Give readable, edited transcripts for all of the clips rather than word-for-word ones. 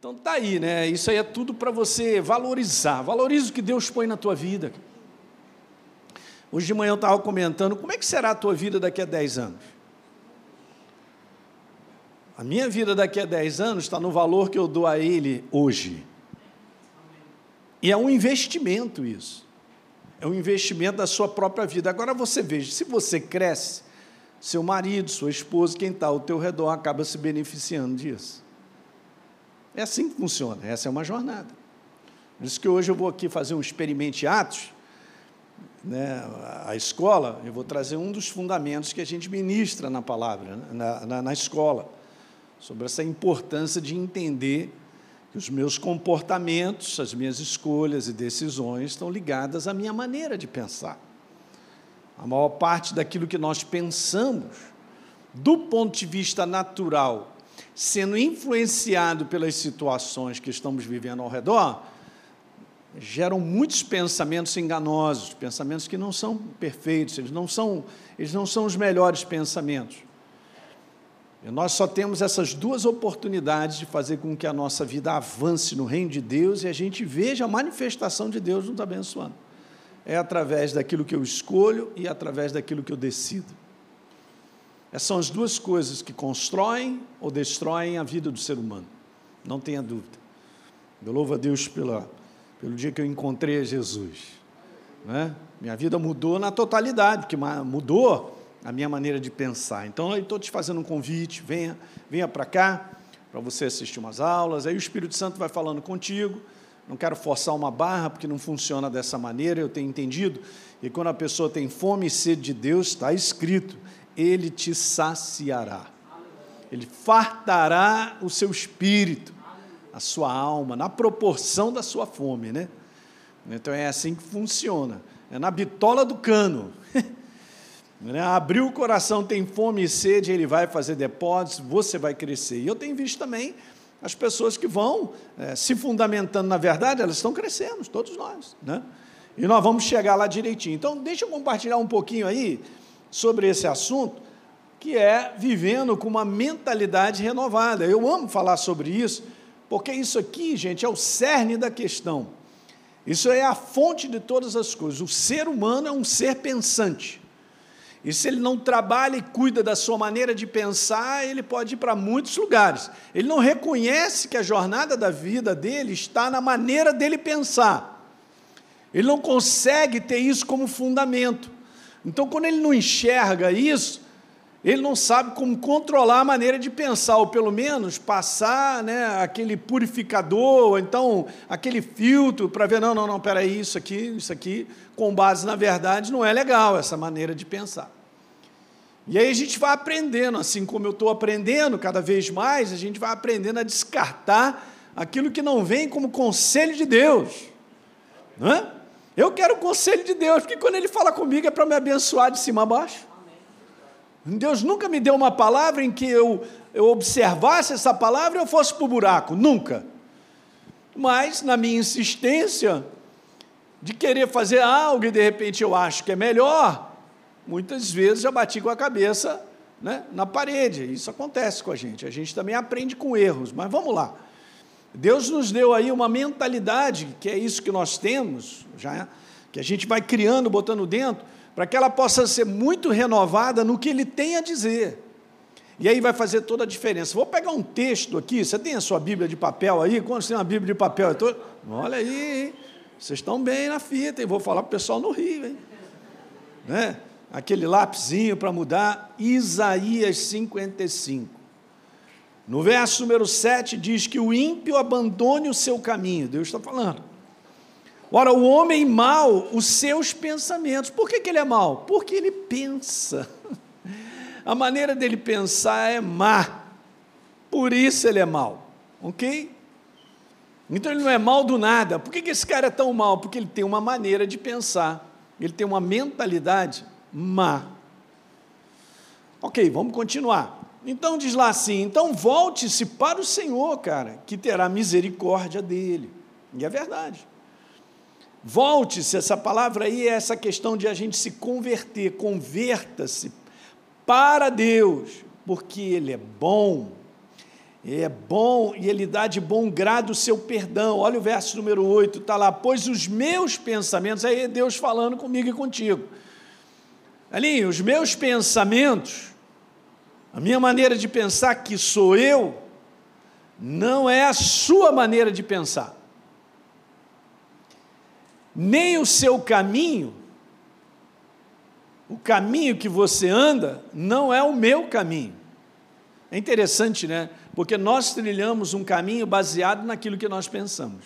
Então tá aí, né? Isso aí é tudo para você valorizar. Valoriza o que Deus põe na tua vida. Hoje de manhã eu estava comentando, como é que será a tua vida daqui a 10 anos? A minha vida daqui a 10 anos está no valor que eu dou a Ele hoje. E é um investimento isso. É um investimento da sua própria vida. Agora você veja, se você cresce, seu marido, sua esposa, quem está ao teu redor acaba se beneficiando disso. É assim que funciona, essa é uma jornada. Por isso que hoje eu vou aqui fazer um experimento Atos, né, a escola, eu vou trazer um dos fundamentos que a gente ministra na palavra, né, na escola, sobre essa importância de entender que os meus comportamentos, as minhas escolhas e decisões estão ligadas à minha maneira de pensar. A maior parte daquilo que nós pensamos, do ponto de vista natural, sendo influenciado pelas situações que estamos vivendo ao redor, geram muitos pensamentos enganosos, pensamentos que não são perfeitos, eles não são os melhores pensamentos. E nós só temos essas duas oportunidades de fazer com que a nossa vida avance no reino de Deus e a gente veja a manifestação de Deus nos abençoando. É através daquilo que eu escolho e através daquilo que eu decido. Essas são as duas coisas que constroem ou destroem a vida do ser humano. Não tenha dúvida. Eu louvo a Deus pelo dia que eu encontrei a Jesus. Né? Minha vida mudou na totalidade, porque mudou a minha maneira de pensar. Então, eu estou te fazendo um convite, venha para cá, para você assistir umas aulas, aí o Espírito Santo vai falando contigo. Não quero forçar uma barra, porque não funciona dessa maneira, eu tenho entendido, e quando a pessoa tem fome e sede de Deus, está escrito, Ele te saciará, Ele fartará o seu espírito, a sua alma, na proporção da sua fome, né? Então é assim que funciona, é na bitola do cano, abriu o coração, tem fome e sede, Ele vai fazer depósitos, você vai crescer, e eu tenho visto também, as pessoas que vão se fundamentando na verdade, elas estão crescendo, todos nós, né? E nós vamos chegar lá direitinho. Então, deixa eu compartilhar um pouquinho aí sobre esse assunto, que é vivendo com uma mentalidade renovada. Eu amo falar sobre isso, porque isso aqui, gente, é o cerne da questão. Isso é a fonte de todas as coisas. O ser humano é um ser pensante. E se ele não trabalha e cuida da sua maneira de pensar, ele pode ir para muitos lugares. Ele não reconhece que a jornada da vida dele está na maneira dele pensar. Ele não consegue ter isso como fundamento. Então, quando ele não enxerga isso, ele não sabe como controlar a maneira de pensar, ou pelo menos passar, né, aquele purificador, ou então aquele filtro para ver, não, peraí, isso aqui, com base na verdade, não é legal essa maneira de pensar. E aí a gente vai aprendendo, assim como eu estou aprendendo cada vez mais, a gente vai aprendendo a descartar aquilo que não vem como conselho de Deus. Não é? Eu quero o conselho de Deus, porque quando Ele fala comigo é para me abençoar de cima a baixo. Deus nunca me deu uma palavra em que eu observasse essa palavra e eu fosse para o buraco, nunca. Mas, na minha insistência de querer fazer algo e de repente eu acho que é melhor, muitas vezes já bati com a cabeça, né, na parede. Isso acontece com a gente também aprende com erros, mas vamos lá. Deus nos deu aí uma mentalidade, que é isso que nós temos, já, que a gente vai criando, botando dentro, para que ela possa ser muito renovada no que Ele tem a dizer. E aí vai fazer toda a diferença. Vou pegar um texto aqui, você tem a sua Bíblia de papel aí? Quando você tem uma Bíblia de papel? Olha aí, hein? Vocês estão bem na fita, hein? Vou falar para o pessoal no Rio, hein? Né? Aquele lapisinho para mudar, Isaías 55. No verso número 7 diz que o ímpio abandone o seu caminho, Deus está falando. Ora, o homem mau, os seus pensamentos. Por que ele é mau? Porque ele pensa. A maneira dele pensar é má. Por isso ele é mau. Ok? Então ele não é mau do nada. Por que esse cara é tão mau? Porque ele tem uma maneira de pensar. Ele tem uma mentalidade má. Ok, vamos continuar. Então diz lá assim, então volte-se para o Senhor, cara, que terá misericórdia dele. E é verdade. Volte-se, essa palavra aí é essa questão de a gente se converter, converta-se para Deus, porque Ele é bom, é bom e Ele dá de bom grado o seu perdão. Olha o verso número 8, está lá, pois os meus pensamentos, aí é Deus falando comigo e contigo. Ali, os meus pensamentos, a minha maneira de pensar, que sou eu, não é a sua maneira de pensar. Nem o seu caminho, o caminho que você anda, não é o meu caminho. É interessante, né? Porque nós trilhamos um caminho baseado naquilo que nós pensamos.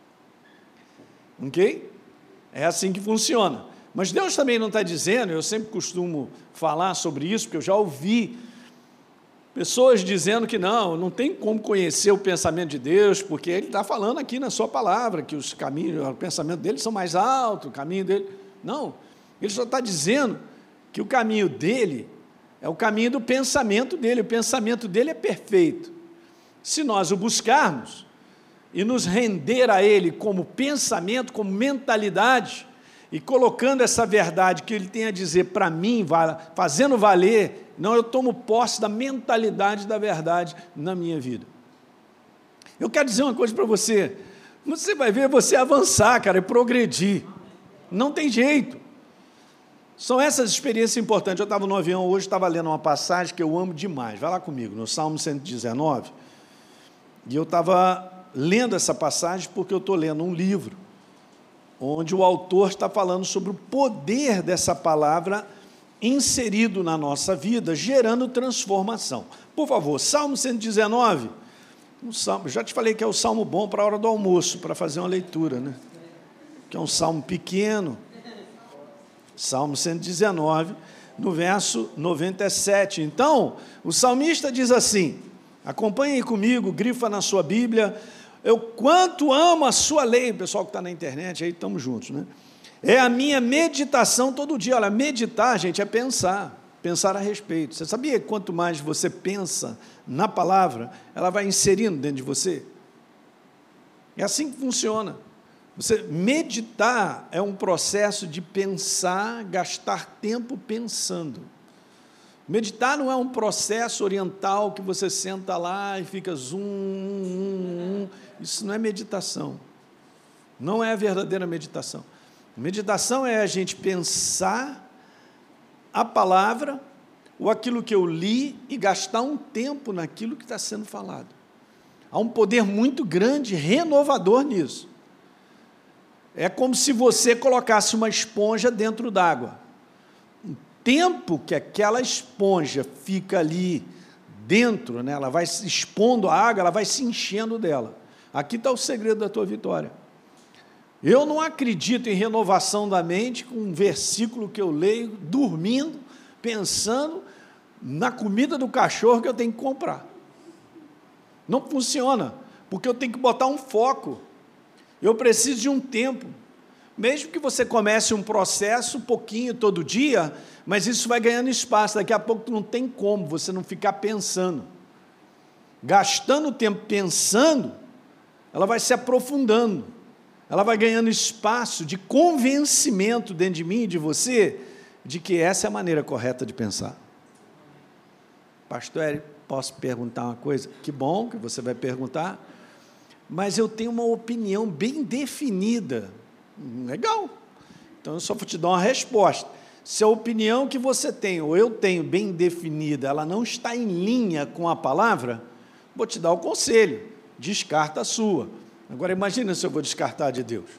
Ok? É assim que funciona. Mas Deus também não está dizendo, eu sempre costumo falar sobre isso, porque eu já ouvi pessoas dizendo que não tem como conhecer o pensamento de Deus, porque Ele está falando aqui na sua palavra, que os caminhos, o pensamento dele são mais altos, o caminho dele... Não, Ele só está dizendo que o caminho dele é o caminho do pensamento dele, o pensamento dele é perfeito. Se nós o buscarmos e nos render a Ele como pensamento, como mentalidade, e colocando essa verdade que Ele tem a dizer para mim, fazendo valer, não, eu tomo posse da mentalidade da verdade na minha vida. Eu quero dizer uma coisa para você, você vai ver você avançar, cara, e progredir, não tem jeito. São essas experiências importantes. Eu estava no avião hoje, estava lendo uma passagem que eu amo demais, vai lá comigo, no Salmo 119, e eu estava lendo essa passagem porque eu estou lendo um livro, onde o autor está falando sobre o poder dessa palavra inserido na nossa vida, gerando transformação. Por favor, Salmo 119, já te falei que é o salmo bom para a hora do almoço, para fazer uma leitura, né? Que é um salmo pequeno. Salmo 119, no verso 97. Então, o salmista diz assim, acompanhe aí comigo, grifa na sua Bíblia, eu quanto amo a sua lei, o pessoal que está na internet, aí estamos juntos, né? É a minha meditação todo dia. Olha, meditar, gente, é pensar a respeito. Você sabia que quanto mais você pensa na palavra, ela vai inserindo dentro de você? É assim que funciona. Você meditar é um processo de pensar, gastar tempo pensando. Meditar não é um processo oriental que você senta lá e fica Isso não é meditação. Não é a verdadeira meditação. Meditação é a gente pensar a palavra ou aquilo que eu li e gastar um tempo naquilo que está sendo falado. Há um poder muito grande, renovador nisso. É como se você colocasse uma esponja dentro d'água. O tempo que aquela esponja fica ali dentro, né, ela vai se expondo à água, ela vai se enchendo dela. Aqui está o segredo da tua vitória. Eu não acredito em renovação da mente com um versículo que eu leio, dormindo, pensando na comida do cachorro que eu tenho que comprar. Não funciona, porque eu tenho que botar um foco. Eu preciso de um tempo. Mesmo que você comece um processo, um pouquinho todo dia, mas isso vai ganhando espaço. Daqui a pouco não tem como você não ficar pensando. Gastando tempo pensando, ela vai se aprofundando. Ela vai ganhando espaço de convencimento dentro de mim e de você, de que essa é a maneira correta de pensar. Pastor Hélio, posso perguntar uma coisa? Que bom que você vai perguntar, mas eu tenho uma opinião bem definida. Legal. Então, eu só vou te dar uma resposta. Se a opinião que você tem, ou eu tenho bem definida, ela não está em linha com a palavra, vou te dar o conselho, descarta a sua. Agora, imagina se eu vou descartar de Deus.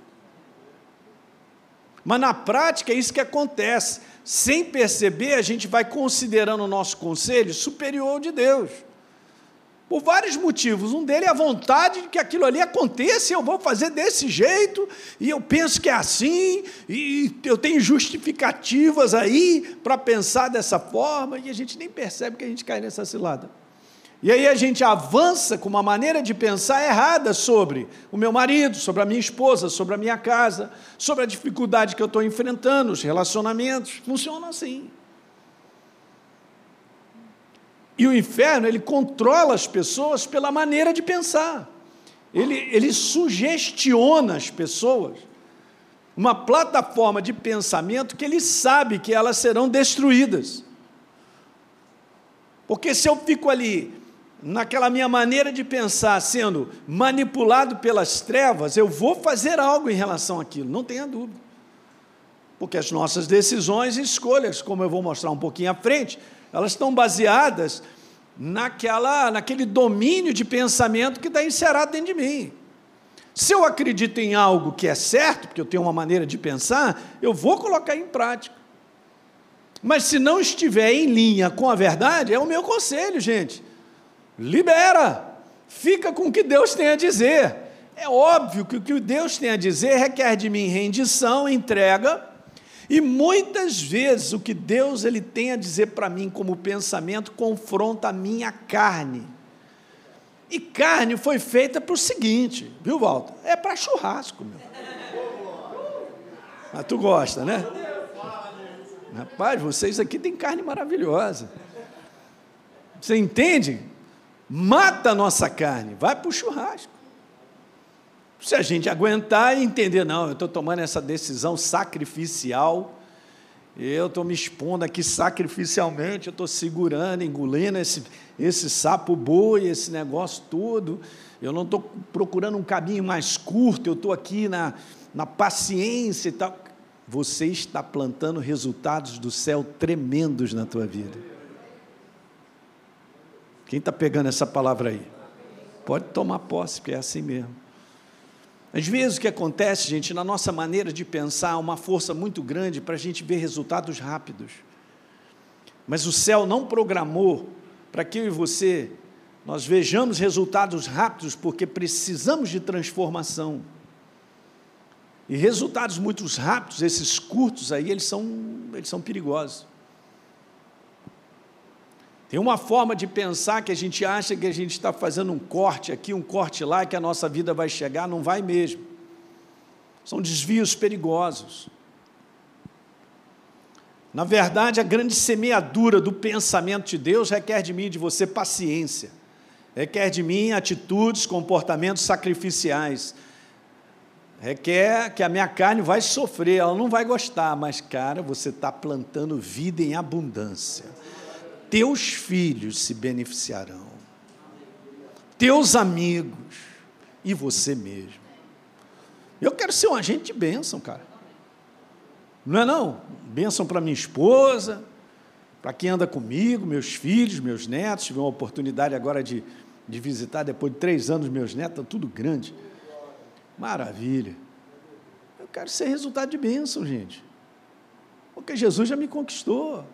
Mas, na prática, é isso que acontece. Sem perceber, a gente vai considerando o nosso conselho superior ao de Deus. Por vários motivos. Um deles é a vontade de que aquilo ali aconteça, e eu vou fazer desse jeito, e eu penso que é assim, e eu tenho justificativas aí para pensar dessa forma, e a gente nem percebe que a gente cai nessa cilada. E aí a gente avança com uma maneira de pensar errada sobre o meu marido, sobre a minha esposa, sobre a minha casa, sobre a dificuldade que eu estou enfrentando, os relacionamentos. Funciona assim. E o inferno, ele controla as pessoas pela maneira de pensar. Ele sugestiona as pessoas uma plataforma de pensamento que ele sabe que elas serão destruídas. Porque se eu fico ali naquela minha maneira de pensar, sendo manipulado pelas trevas, eu vou fazer algo em relação àquilo, não tenha dúvida. Porque as nossas decisões e escolhas, como eu vou mostrar um pouquinho à frente, elas estão baseadas naquele domínio de pensamento que está encerrado dentro de mim. Se eu acredito em algo que é certo, porque eu tenho uma maneira de pensar, eu vou colocar em prática. Mas se não estiver em linha com a verdade, é o meu conselho, gente. Libera, fica com o que Deus tem a dizer. É óbvio que o que Deus tem a dizer requer de mim rendição, entrega, e muitas vezes o que Deus ele tem a dizer para mim como pensamento confronta a minha carne. E carne foi feita para o seguinte, viu, Walter? É para churrasco, meu. Mas tu gosta, né? Rapaz, vocês aqui têm carne maravilhosa. Você entende? Mata a nossa carne, vai para o churrasco. Se a gente aguentar e entender, não, eu estou tomando essa decisão sacrificial, eu estou me expondo aqui sacrificialmente, eu estou segurando, engolindo esse sapo boi, esse negócio todo, eu não estou procurando um caminho mais curto, eu estou aqui na paciência e tal. Você está plantando resultados do céu tremendos na tua vida. Quem está pegando essa palavra aí? Pode tomar posse, porque é assim mesmo. Às vezes o que acontece, gente, na nossa maneira de pensar, há uma força muito grande para a gente ver resultados rápidos. Mas o céu não programou para que eu e você, nós vejamos resultados rápidos, porque precisamos de transformação. E resultados muito rápidos, esses curtos aí, eles são perigosos. Tem uma forma de pensar que a gente acha que a gente está fazendo um corte aqui, um corte lá, que a nossa vida vai chegar, não vai mesmo. São desvios perigosos. Na verdade, a grande semeadura do pensamento de Deus requer de mim e de você paciência, requer de mim atitudes, comportamentos sacrificiais, requer que a minha carne vai sofrer, ela não vai gostar, mas, cara, você está plantando vida em abundância. Teus filhos se beneficiarão, teus amigos e você mesmo. Eu quero ser um agente de bênção, cara. Não é não? Bênção para minha esposa, para quem anda comigo, meus filhos, meus netos. Tive uma oportunidade agora de visitar, depois de 3 anos, meus netos, estão tudo grande. Maravilha. Eu quero ser resultado de bênção, gente. Porque Jesus já me conquistou.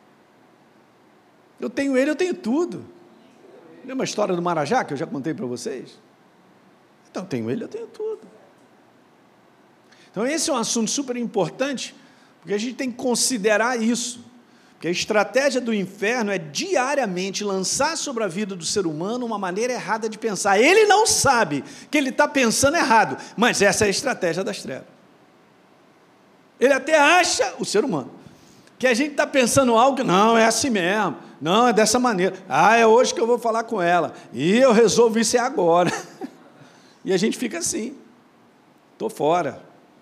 Eu tenho ele, eu tenho tudo. Lembra a história do Marajá, que eu já contei para vocês? Então, eu tenho ele, eu tenho tudo. Então, esse é um assunto super importante, porque a gente tem que considerar isso. Porque a estratégia do inferno é diariamente lançar sobre a vida do ser humano uma maneira errada de pensar. Ele não sabe que ele está pensando errado, mas essa é a estratégia das trevas. Ele até acha, o ser humano, que a gente está pensando algo, não, é assim mesmo, não, é dessa maneira, é hoje que eu vou falar com ela, e eu resolvo isso agora, e a gente fica assim, estou fora.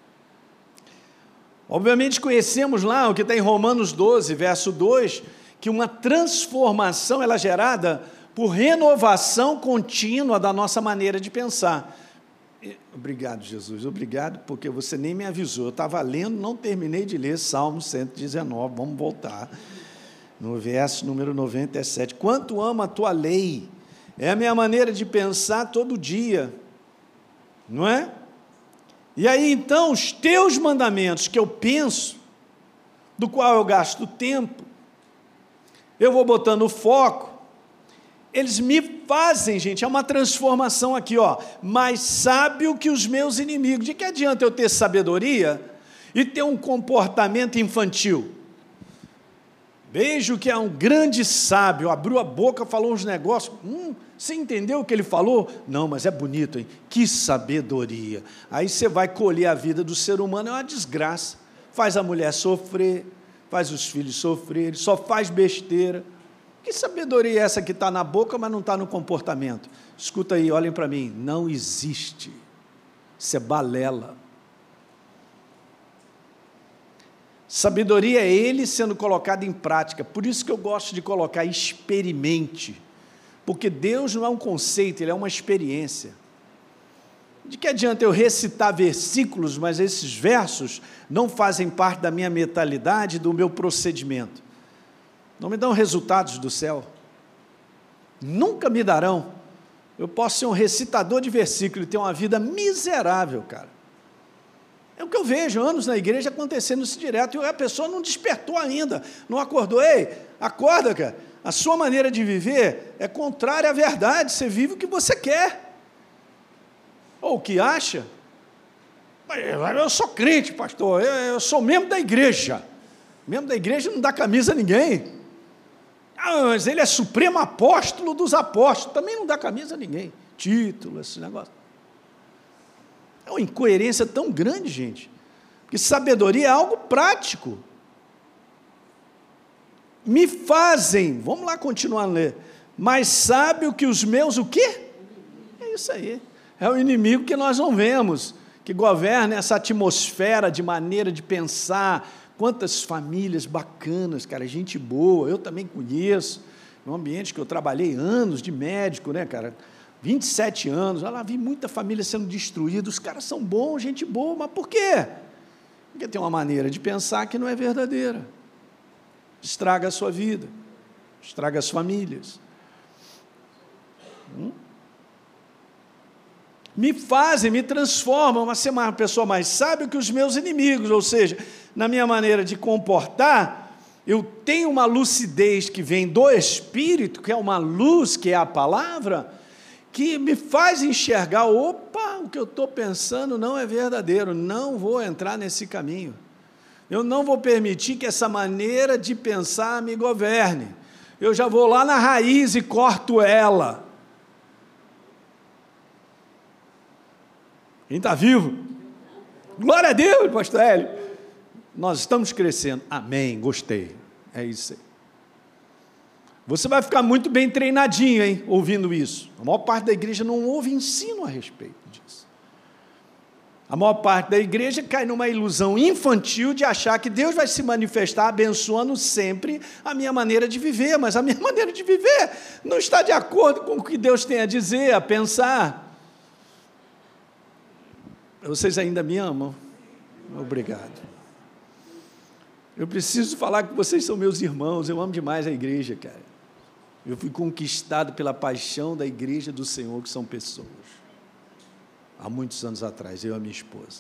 Obviamente conhecemos lá o que está em Romanos 12, verso 2, que uma transformação ela é gerada por renovação contínua da nossa maneira de pensar. Obrigado, Jesus, obrigado, porque você nem me avisou. Eu estava lendo, não terminei de ler Salmo 119, vamos voltar, no verso número 97. Quanto amo a tua lei, é a minha maneira de pensar todo dia, não é? E aí, então, os teus mandamentos que eu penso, do qual eu gasto tempo, eu vou botando foco, eles me fazem, gente, é uma transformação aqui, ó, mais sábio que os meus inimigos. De que adianta eu ter sabedoria e ter um comportamento infantil? Vejo que é um grande sábio, abriu a boca, falou uns negócios, você entendeu o que ele falou? Não, mas é bonito, hein? Que sabedoria. Aí você vai colher a vida do ser humano, é uma desgraça. Faz a mulher sofrer, faz os filhos sofrerem, só faz besteira. Que sabedoria é essa que está na boca, mas não está no comportamento? Escuta aí, olhem para mim, não existe. Isso é balela. Sabedoria é ele sendo colocado em prática. Por isso que eu gosto de colocar experimente. Porque Deus não é um conceito, Ele é uma experiência. De que adianta eu recitar versículos, mas esses versos não fazem parte da minha mentalidade, do meu procedimento? Não me dão resultados do céu. Nunca me darão. Eu posso ser um recitador de versículos e ter uma vida miserável, cara. É o que eu vejo, anos na igreja acontecendo isso direto, e a pessoa não despertou ainda, não acordou. Ei, acorda, cara. A sua maneira de viver é contrária à verdade, você vive o que você quer. Ou o que acha. Eu sou crente, pastor, eu sou membro da igreja. Membro da igreja não dá camisa a ninguém. Mas ele é supremo apóstolo dos apóstolos, também não dá camisa a ninguém. Título, esse negócio. É uma incoerência tão grande, gente, que sabedoria é algo prático. Me fazem, vamos lá continuar a ler, mais sábio que os meus, o quê? É isso aí, é o inimigo que nós não vemos, que governa essa atmosfera de maneira de pensar. Quantas famílias bacanas, cara, gente boa, eu também conheço, num ambiente que eu trabalhei anos de médico, né, cara, 27 anos, lá vi muita família sendo destruída, os caras são bons, gente boa, mas por quê? Porque tem uma maneira de pensar que não é verdadeira, estraga a sua vida, estraga as famílias. Me fazem, me transformam a ser uma pessoa mais sábia que os meus inimigos, ou seja, na minha maneira de comportar, eu tenho uma lucidez que vem do Espírito, que é uma luz, que é a palavra, que me faz enxergar, opa, o que eu estou pensando não é verdadeiro, não vou entrar nesse caminho, eu não vou permitir que essa maneira de pensar me governe, eu já vou lá na raiz e corto ela. Quem está vivo? Glória a Deus, pastor Hélio. Nós estamos crescendo. Amém, gostei. É isso aí. Você vai ficar muito bem treinadinho, hein, ouvindo isso. A maior parte da igreja não ouve ensino a respeito disso. A maior parte da igreja cai numa ilusão infantil de achar que Deus vai se manifestar abençoando sempre a minha maneira de viver, mas a minha maneira de viver não está de acordo com o que Deus tem a dizer, a pensar. Vocês ainda me amam? Obrigado. Eu preciso falar que vocês são meus irmãos, eu amo demais a igreja, cara. Eu fui conquistado pela paixão da igreja do Senhor, que são pessoas. Há muitos anos atrás, eu e a minha esposa.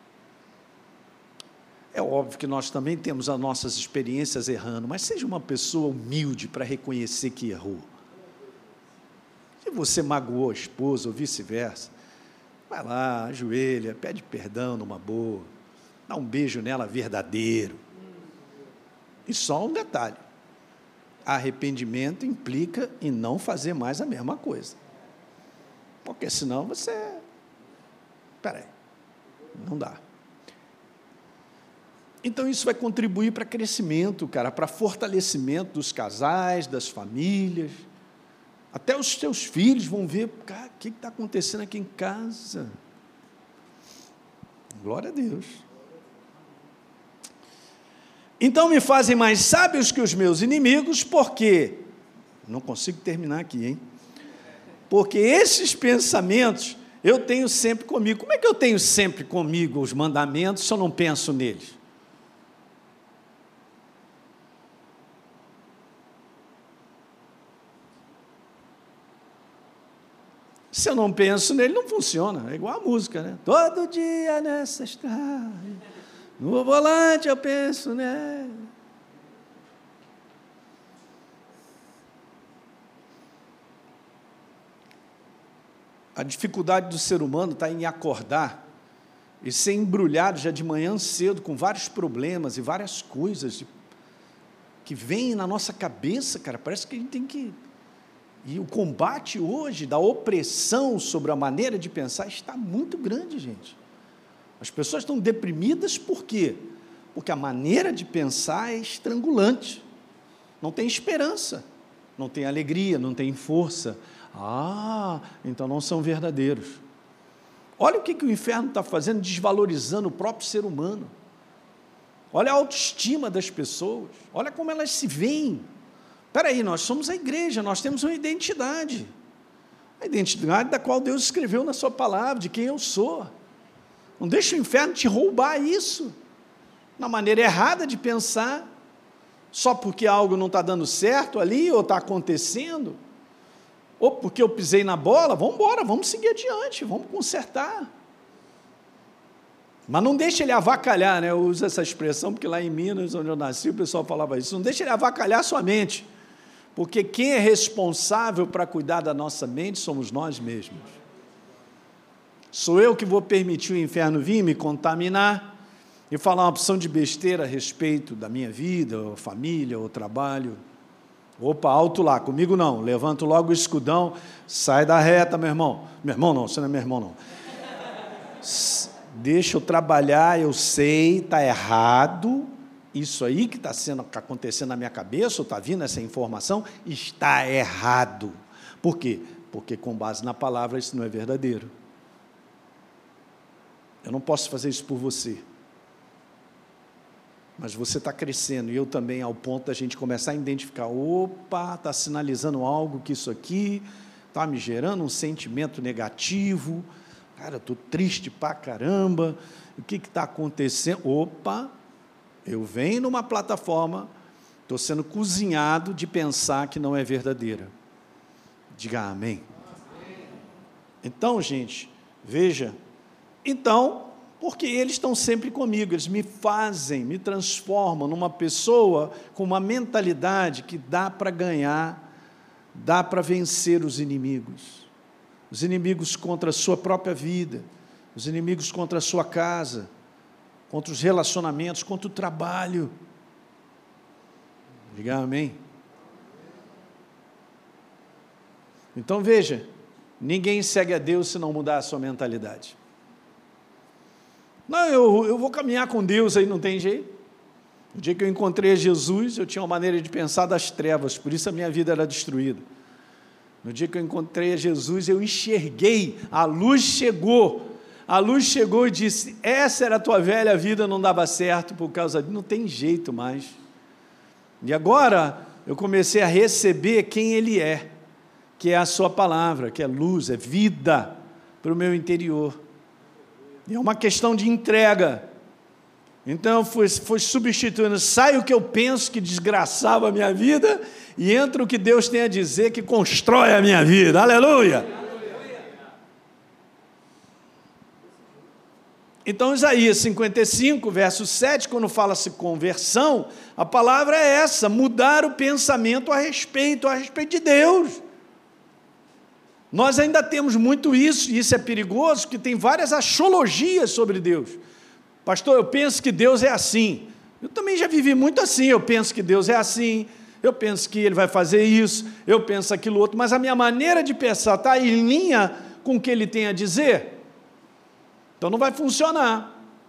É óbvio que nós também temos as nossas experiências errando, mas seja uma pessoa humilde para reconhecer que errou. Se você magoou a esposa ou vice-versa, vai lá, ajoelha, pede perdão numa boa, dá um beijo nela verdadeiro. E só um detalhe, arrependimento implica em não fazer mais a mesma coisa, porque senão você, peraí, não dá. Então isso vai contribuir para crescimento, cara, para fortalecimento dos casais, das famílias, até os seus filhos vão ver, cara, o que está acontecendo aqui em casa? Glória a Deus. Então me fazem mais sábios que os meus inimigos, porque, não consigo terminar aqui, hein? Porque esses pensamentos eu tenho sempre comigo. Como é que eu tenho sempre comigo os mandamentos se eu não penso neles? Se eu não penso nele, não funciona. É igual a música, né? Todo dia nessa estrada, no volante eu penso nele. A dificuldade do ser humano está em acordar e ser embrulhado já de manhã cedo com vários problemas e várias coisas que vêm na nossa cabeça, cara. Parece que a gente tem que... E o combate hoje da opressão sobre a maneira de pensar está muito grande, gente. As pessoas estão deprimidas por quê? Porque a maneira de pensar é estrangulante. Não tem esperança, não tem alegria, não tem força. Ah, então não são verdadeiros. Olha o que o inferno está fazendo, desvalorizando o próprio ser humano. Olha a autoestima das pessoas, olha como elas se veem. Espera aí, nós somos a igreja, nós temos uma identidade. A identidade da qual Deus escreveu na sua palavra, de quem eu sou. Não deixa o inferno te roubar isso, na maneira errada de pensar, só porque algo não está dando certo ali, ou está acontecendo, ou porque eu pisei na bola, vamos embora, vamos seguir adiante, vamos consertar. Mas não deixa ele avacalhar, né? Eu uso essa expressão, porque lá em Minas, onde eu nasci, o pessoal falava isso, não deixa ele avacalhar a sua mente, porque quem é responsável para cuidar da nossa mente somos nós mesmos. Sou eu que vou permitir o inferno vir me contaminar e falar uma opção de besteira a respeito da minha vida, ou família, ou trabalho. Opa, alto lá, comigo não, levanto logo o escudão, sai da reta, meu irmão. Meu irmão não, você não é meu irmão não. Deixa eu trabalhar, eu sei, está errado, isso aí que está acontecendo na minha cabeça, ou está vindo essa informação, está errado. Por quê? Porque com base na palavra isso não é verdadeiro. Eu não posso fazer isso por você. Mas você está crescendo, e eu também, ao ponto da gente começar a identificar, opa, está sinalizando algo que isso aqui está me gerando um sentimento negativo, cara, eu estou triste pra caramba, o que está acontecendo? Opa, eu venho numa plataforma, estou sendo cozinhado de pensar que não é verdadeira. Diga amém. Então, gente, veja, porque eles estão sempre comigo, eles me fazem, me transformam numa pessoa com uma mentalidade que dá para ganhar, dá para vencer os inimigos contra a sua própria vida, os inimigos contra a sua casa, contra os relacionamentos, contra o trabalho. Diga amém. Então veja, ninguém segue a Deus se não mudar a sua mentalidade. Não, eu vou caminhar com Deus, aí não tem jeito. No dia que eu encontrei Jesus, eu tinha uma maneira de pensar das trevas, por isso a minha vida era destruída. No dia que eu encontrei Jesus, eu enxerguei, a luz chegou e disse, essa era a tua velha vida, não dava certo por causa disso, não tem jeito mais. E agora, eu comecei a receber quem Ele é, que é a sua palavra, que é luz, é vida para o meu interior. E é uma questão de entrega. Então, foi substituindo, sai o que eu penso que desgraçava a minha vida, e entra o que Deus tem a dizer que constrói a minha vida. Aleluia! Então, Isaías 55, verso 7, quando fala-se conversão, a palavra é essa, mudar o pensamento a respeito de Deus. Nós ainda temos muito isso, e isso é perigoso, porque tem várias axiologias sobre Deus. Pastor, eu penso que Deus é assim. Eu também já vivi muito assim, eu penso que Deus é assim, eu penso que Ele vai fazer isso, eu penso aquilo outro, mas a minha maneira de pensar está em linha com o que Ele tem a dizer? Então não vai funcionar.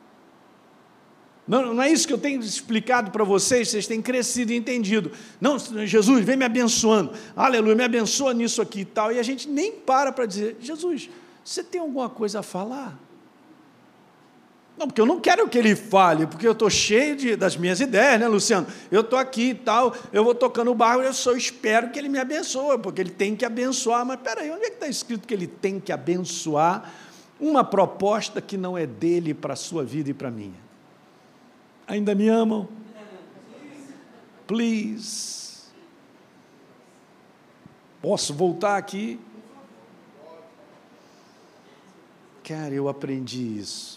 Não é isso que eu tenho explicado para vocês têm crescido e entendido. Não, Jesus, vem me abençoando, aleluia, me abençoa nisso aqui e tal, e a gente nem para dizer, Jesus, você tem alguma coisa a falar? Não, porque eu não quero que ele fale, porque eu estou cheio das minhas ideias, né, Luciano? Eu estou aqui e tal, eu vou tocando o barco, eu só espero que ele me abençoe, porque ele tem que abençoar, mas peraí, onde é que está escrito que ele tem que abençoar uma proposta que não é dele para a sua vida e para a minha? Ainda me amam? Please. Posso voltar aqui? Cara, eu aprendi isso.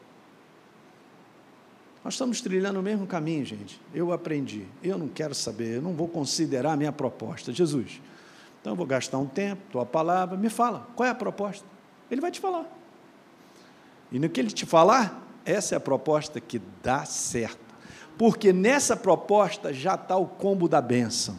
Nós estamos trilhando o mesmo caminho, gente. Eu aprendi. Eu não quero saber, eu não vou considerar a minha proposta. Jesus, então eu vou gastar um tempo, tua palavra, me fala, qual é a proposta? Ele vai te falar. E no que ele te falar, essa é a proposta que dá certo. Porque nessa proposta já está o combo da bênção.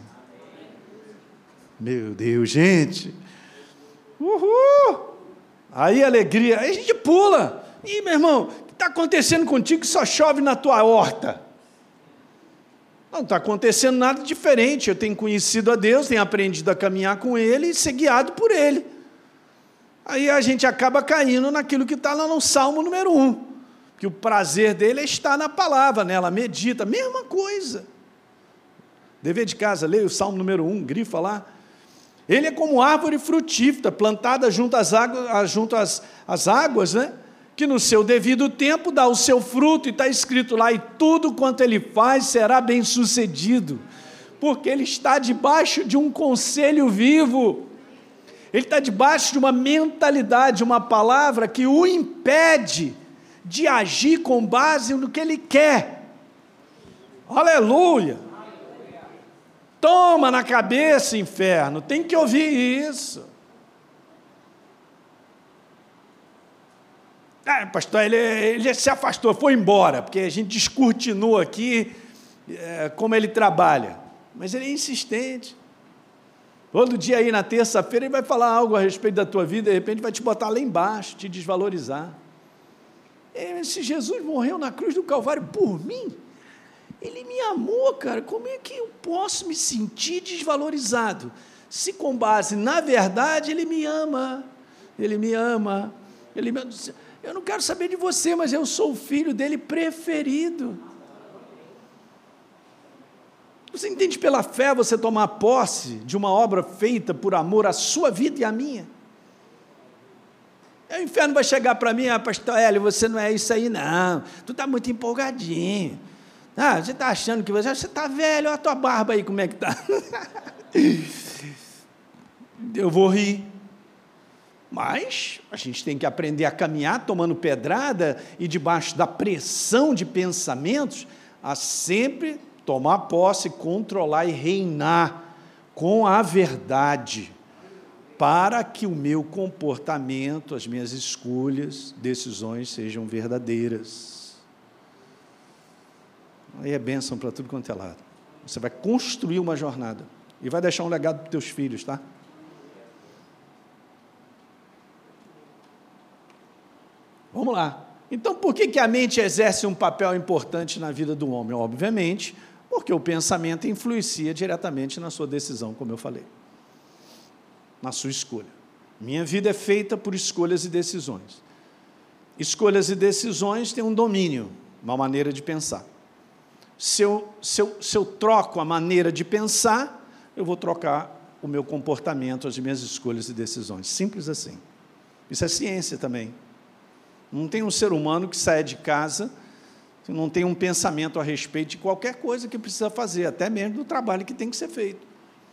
Meu Deus, gente. Uhul! Aí alegria, aí a gente pula. Ih, meu irmão, o que está acontecendo contigo que só chove na tua horta? Não está acontecendo nada diferente. Eu tenho conhecido a Deus, tenho aprendido a caminhar com Ele e ser guiado por Ele. Aí a gente acaba caindo naquilo que está lá no Salmo número 1. Que o prazer dele é estar na palavra, nela medita, mesma coisa. Dever de casa, leia o Salmo número 1, grifa lá. Ele é como árvore frutífera, plantada junto às águas, né? Que no seu devido tempo dá o seu fruto, e está escrito lá, e tudo quanto ele faz será bem sucedido, porque ele está debaixo de um conselho vivo, ele está debaixo de uma mentalidade, uma palavra que o impede de agir com base no que ele quer. Aleluia! Toma na cabeça, inferno, tem que ouvir isso. Pastor, ele se afastou, foi embora, porque a gente descortinou aqui como ele trabalha. Mas ele é insistente. Todo dia aí na terça-feira ele vai falar algo a respeito da tua vida, de repente vai te botar lá embaixo, te desvalorizar. Se Jesus morreu na cruz do Calvário por mim, ele me amou, cara, como é que eu posso me sentir desvalorizado? Se com base na verdade ele me ama, eu não quero saber de você, mas eu sou o filho dele preferido. Você entende, pela fé você tomar posse de uma obra feita por amor à sua vida e à minha? O inferno vai chegar para mim, pastor Hélio, você não é isso aí não, tu está muito empolgadinho. Você está achando que você está velho, olha a tua barba aí, como é que está? Eu vou rir. Mas a gente tem que aprender a caminhar tomando pedrada e debaixo da pressão de pensamentos, a sempre tomar posse, controlar e reinar com a verdade, para que o meu comportamento, as minhas escolhas, decisões sejam verdadeiras. Aí é bênção para tudo quanto é lado. Você vai construir uma jornada e vai deixar um legado para os teus filhos, tá? Vamos lá. Então, por que a mente exerce um papel importante na vida do homem? Obviamente, porque o pensamento influencia diretamente na sua decisão, como eu falei, na sua escolha. Minha vida é feita por escolhas e decisões. Escolhas e decisões têm um domínio, uma maneira de pensar. Se eu troco a maneira de pensar, eu vou trocar o meu comportamento, as minhas escolhas e decisões. Simples assim. Isso é ciência também. Não tem um ser humano que saia de casa, que não tem um pensamento a respeito de qualquer coisa que precisa fazer, até mesmo do trabalho que tem que ser feito.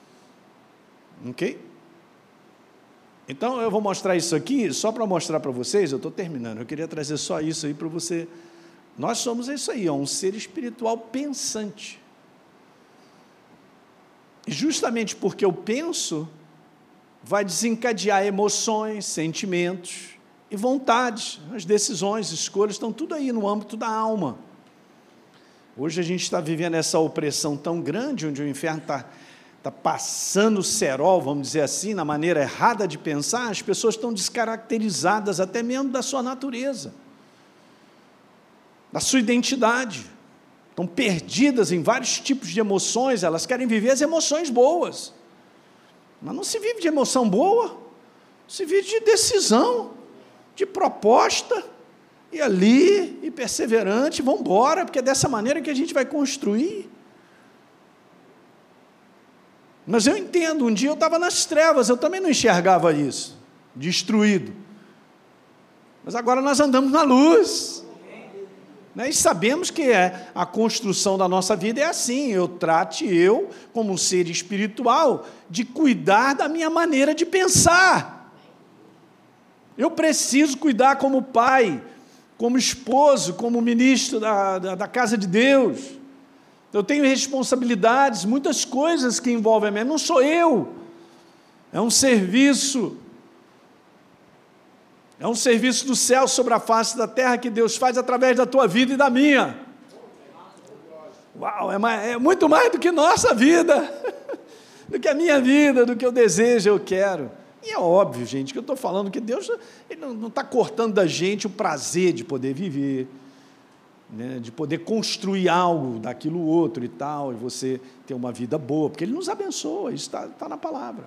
Ok? Então, eu vou mostrar isso aqui, só para mostrar para vocês, eu estou terminando, eu queria trazer só isso aí para você. Nós somos isso aí, um ser espiritual pensante. E justamente porque eu penso, vai desencadear emoções, sentimentos e vontades, as decisões, escolhas, estão tudo aí no âmbito da alma. Hoje a gente está vivendo essa opressão tão grande, onde o inferno está passando o cerol, vamos dizer assim, na maneira errada de pensar, as pessoas estão descaracterizadas até mesmo da sua natureza, da sua identidade, estão perdidas em vários tipos de emoções, elas querem viver as emoções boas, mas não se vive de emoção boa, se vive de decisão, de proposta, e ali, e perseverante, vamos embora, porque é dessa maneira que a gente vai construir. Mas eu entendo, um dia eu estava nas trevas, eu também não enxergava isso, destruído, mas agora nós andamos na luz, né? E sabemos que a construção da nossa vida é assim, eu, como um ser espiritual, de cuidar da minha maneira de pensar. Eu preciso cuidar como pai, como esposo, como ministro da casa de Deus. Eu tenho responsabilidades, muitas coisas que envolvem a minha, não sou eu, é um serviço do céu sobre a face da terra que Deus faz através da tua vida e da minha. Uau, é muito mais do que nossa vida, do que a minha vida, do que eu desejo, eu quero. E é óbvio, gente, que eu estou falando que Deus ele não está cortando da gente o prazer de poder viver, né, de poder construir algo daquilo outro e tal, e você ter uma vida boa, porque Ele nos abençoa, isso está na palavra.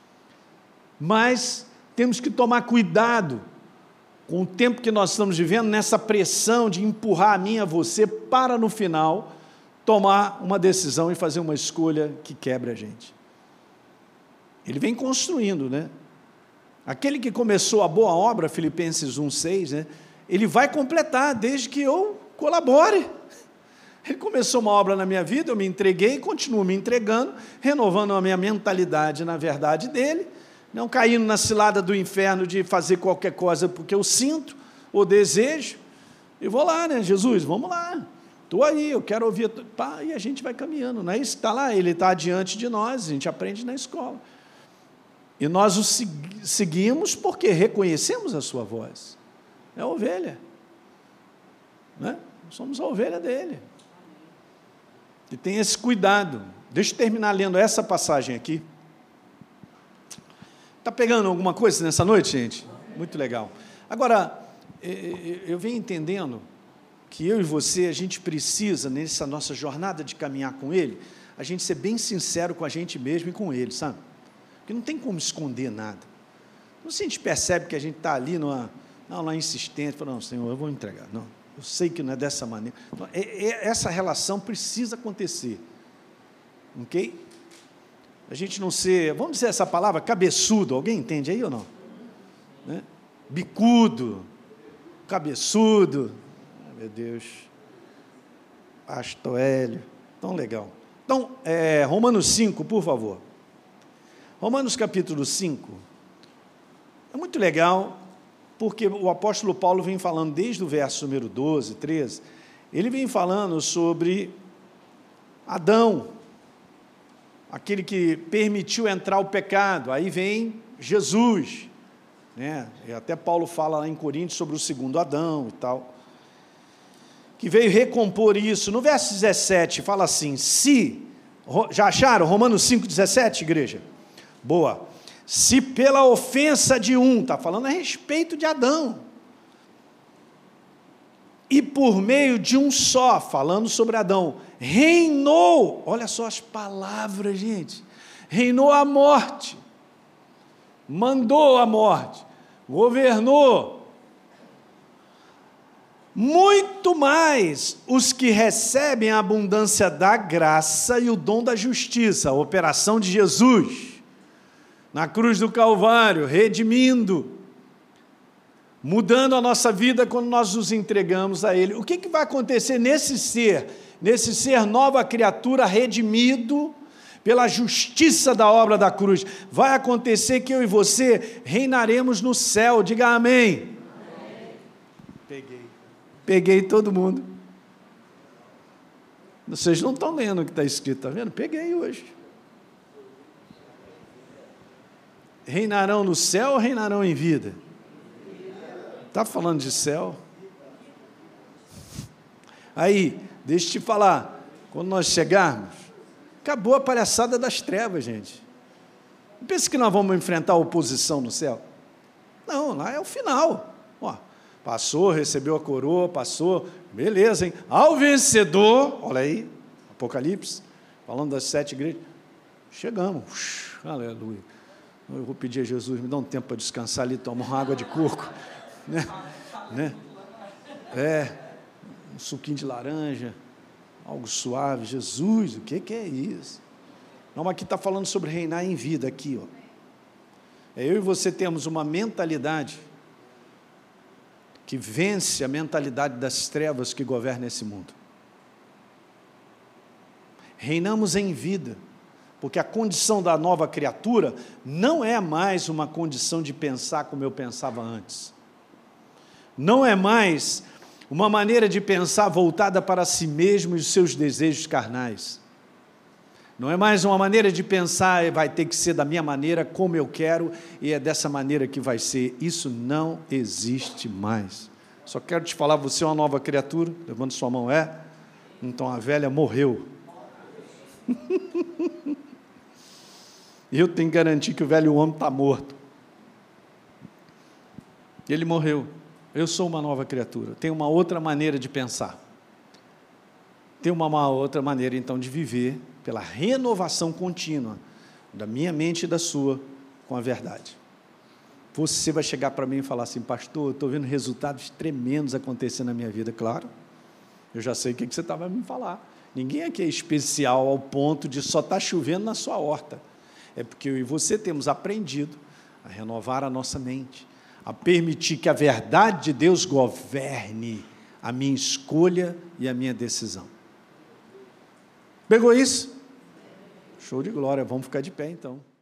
Mas temos que tomar cuidado com o tempo que nós estamos vivendo, nessa pressão de empurrar a mim e a você para no final tomar uma decisão e fazer uma escolha que quebre a gente. Ele vem construindo, né? Aquele que começou a boa obra, Filipenses 1,6, né? Ele vai completar desde que eu colabore. Ele começou uma obra na minha vida, eu me entreguei, continuo me entregando, renovando a minha mentalidade na verdade dele, não caindo na cilada do inferno de fazer qualquer coisa porque eu sinto ou desejo, e vou lá, né, Jesus, vamos lá, estou aí, eu quero ouvir, pá, e a gente vai caminhando, não é isso que está lá, ele está diante de nós, a gente aprende na escola, e nós o seguimos porque reconhecemos a sua voz, é a ovelha, né? Somos a ovelha dele, e tem esse cuidado. Deixa eu terminar lendo essa passagem aqui. Está pegando alguma coisa nessa noite, gente? Muito legal. Agora, eu venho entendendo que eu e você, a gente precisa, nessa nossa jornada de caminhar com Ele, a gente ser bem sincero com a gente mesmo e com Ele, sabe? Porque não tem como esconder nada. Não se a gente percebe que a gente está ali numa insistente, fala, não, Senhor, eu vou entregar. Não, eu sei que não é dessa maneira. Então, essa relação precisa acontecer. Ok? A gente não ser, vamos dizer essa palavra, cabeçudo, alguém entende aí ou não? Né? Bicudo, cabeçudo, meu Deus, pastor Hélio, tão legal. Então, Romanos 5, por favor. Romanos capítulo 5, é muito legal, porque o apóstolo Paulo vem falando desde o verso número 12, 13, ele vem falando sobre Adão, aquele que permitiu entrar o pecado, aí vem Jesus, né? E até Paulo fala lá em Coríntios sobre o segundo Adão e tal, que veio recompor isso. No verso 17 fala assim, já acharam Romanos 5,17, igreja? Boa. Se pela ofensa de um, está falando a respeito de Adão, e por meio de um só, falando sobre Adão, reinou, olha só as palavras, gente, reinou a morte, mandou a morte, governou, muito mais os que recebem a abundância da graça e o dom da justiça, a operação de Jesus, na cruz do Calvário, redimindo, mudando a nossa vida quando nós nos entregamos a Ele. O que vai acontecer nesse ser nova criatura, redimido pela justiça da obra da cruz? Vai acontecer que eu e você reinaremos no céu, diga amém. Peguei todo mundo. Vocês não estão lendo o que está escrito, está vendo? Peguei hoje. Reinarão no céu ou reinarão em vida? Está falando de céu? Aí, deixa eu te falar, quando nós chegarmos, acabou a palhaçada das trevas, gente. Não pense que nós vamos enfrentar a oposição no céu. Não, lá é o final. Ó, passou, recebeu a coroa, passou, beleza, hein? Ao vencedor, olha aí, Apocalipse, falando das 7 igrejas, chegamos, aleluia. Eu vou pedir a Jesus, me dá um tempo para descansar ali, tomar uma água de coco, né? Um suquinho de laranja, algo suave. Jesus, o que é isso? Não, mas aqui está falando sobre reinar em vida, aqui, ó. Eu e você temos uma mentalidade que vence a mentalidade das trevas que governa esse mundo. Reinamos em vida, porque a condição da nova criatura não é mais uma condição de pensar como eu pensava antes. Não é mais uma maneira de pensar voltada para si mesmo e os seus desejos carnais. Não é mais uma maneira de pensar, vai ter que ser da minha maneira, como eu quero, e é dessa maneira que vai ser. Isso não existe mais. Só quero te falar, você é uma nova criatura, levanta sua mão, então a velha morreu. E eu tenho que garantir que o velho homem está morto. Ele morreu. Eu sou uma nova criatura. Tenho uma outra maneira de pensar. Tenho uma outra maneira, então, de viver pela renovação contínua da minha mente e da sua com a verdade. Você vai chegar para mim e falar assim, pastor, eu estou vendo resultados tremendos acontecendo na minha vida. Claro, eu já sei o que você estava me falar. Ninguém aqui é especial ao ponto de só estar chovendo na sua horta. É porque eu e você temos aprendido a renovar a nossa mente, a permitir que a verdade de Deus governe a minha escolha e a minha decisão. Pegou isso? Show de glória, vamos ficar de pé então.